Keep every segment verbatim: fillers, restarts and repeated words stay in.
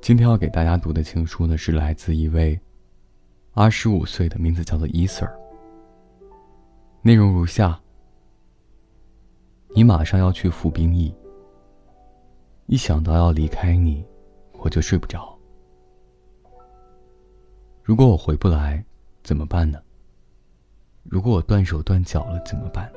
今天要给大家读的情书呢，是来自一位二十五岁的，名字叫做伊 Sir。内容如下：你马上要去服兵役，一想到要离开你，我就睡不着。如果我回不来，怎么办呢？如果我断手断脚了，怎么办？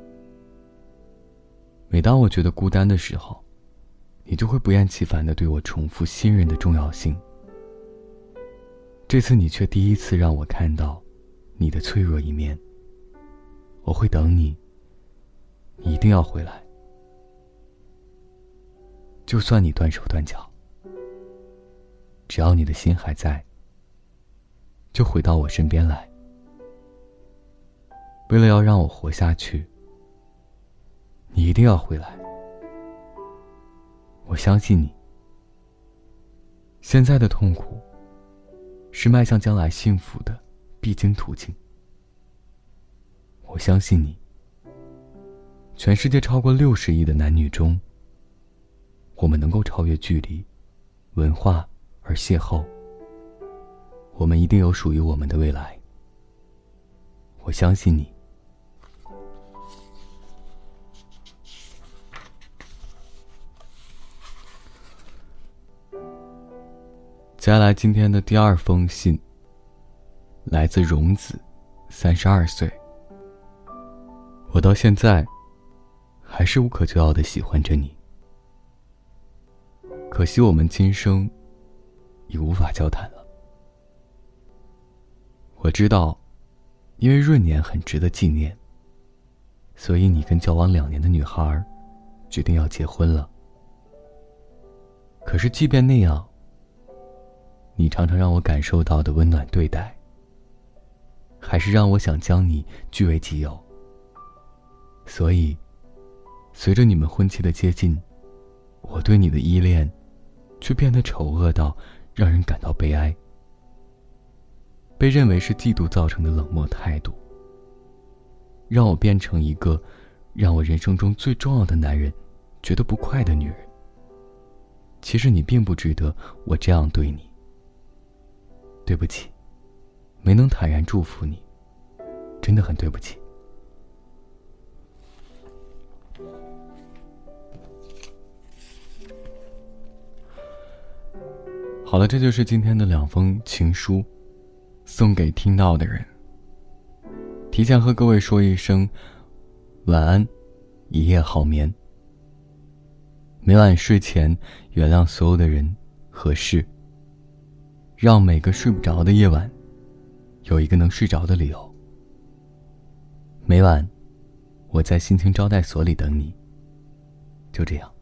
每当我觉得孤单的时候，你就会不厌其烦地对我重复信任的重要性。这次你却第一次让我看到你的脆弱一面。我会等你，你一定要回来。就算你断手断脚，只要你的心还在，就回到我身边来。为了要让我活下去，你一定要回来。我相信你。现在的痛苦是迈向将来幸福的必经途径。我相信你。全世界超过六十亿的男女中，我们能够超越距离、文化而邂逅。我们一定有属于我们的未来。我相信你。接下来今天的第二封信，来自荣子，三十二岁。我到现在还是无可救药地喜欢着你，可惜我们今生已无法交谈了。我知道，因为闰年很值得纪念，所以你跟交往两年的女孩决定要结婚了。可是即便那样，你常常让我感受到的温暖对待，还是让我想将你据为己有。所以随着你们婚期的接近，我对你的依恋却变得丑恶到让人感到悲哀。被认为是嫉妒造成的冷漠态度，让我变成一个让我人生中最重要的男人觉得不快的女人。其实你并不值得我这样对你。对不起，没能坦然祝福你，真的很对不起。好了，这就是今天的两封情书，送给听到的人。提前和各位说一声晚安，一夜好眠。每晚睡前原谅所有的人和事，让每个睡不着的夜晚有一个能睡着的理由。每晚我在心情招待所里等你，就这样。